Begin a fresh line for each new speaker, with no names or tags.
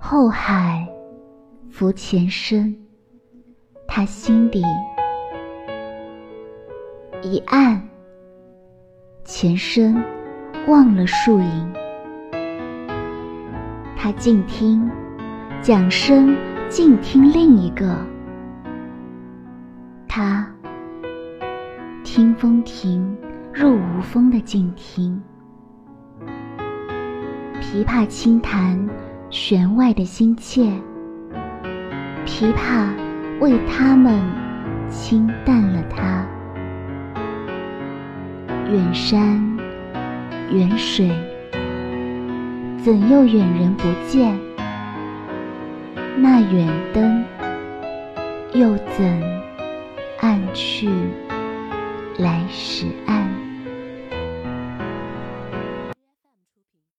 后海浮前身，他心底一暗，前身忘了树影。他静听，桨声静听另一个。他听风停，入无风的静听。琵琶轻弹弦外的心切，琵琶为他们清淡了它。远山远水，怎又远人不见？那远灯又怎暗去来时暗？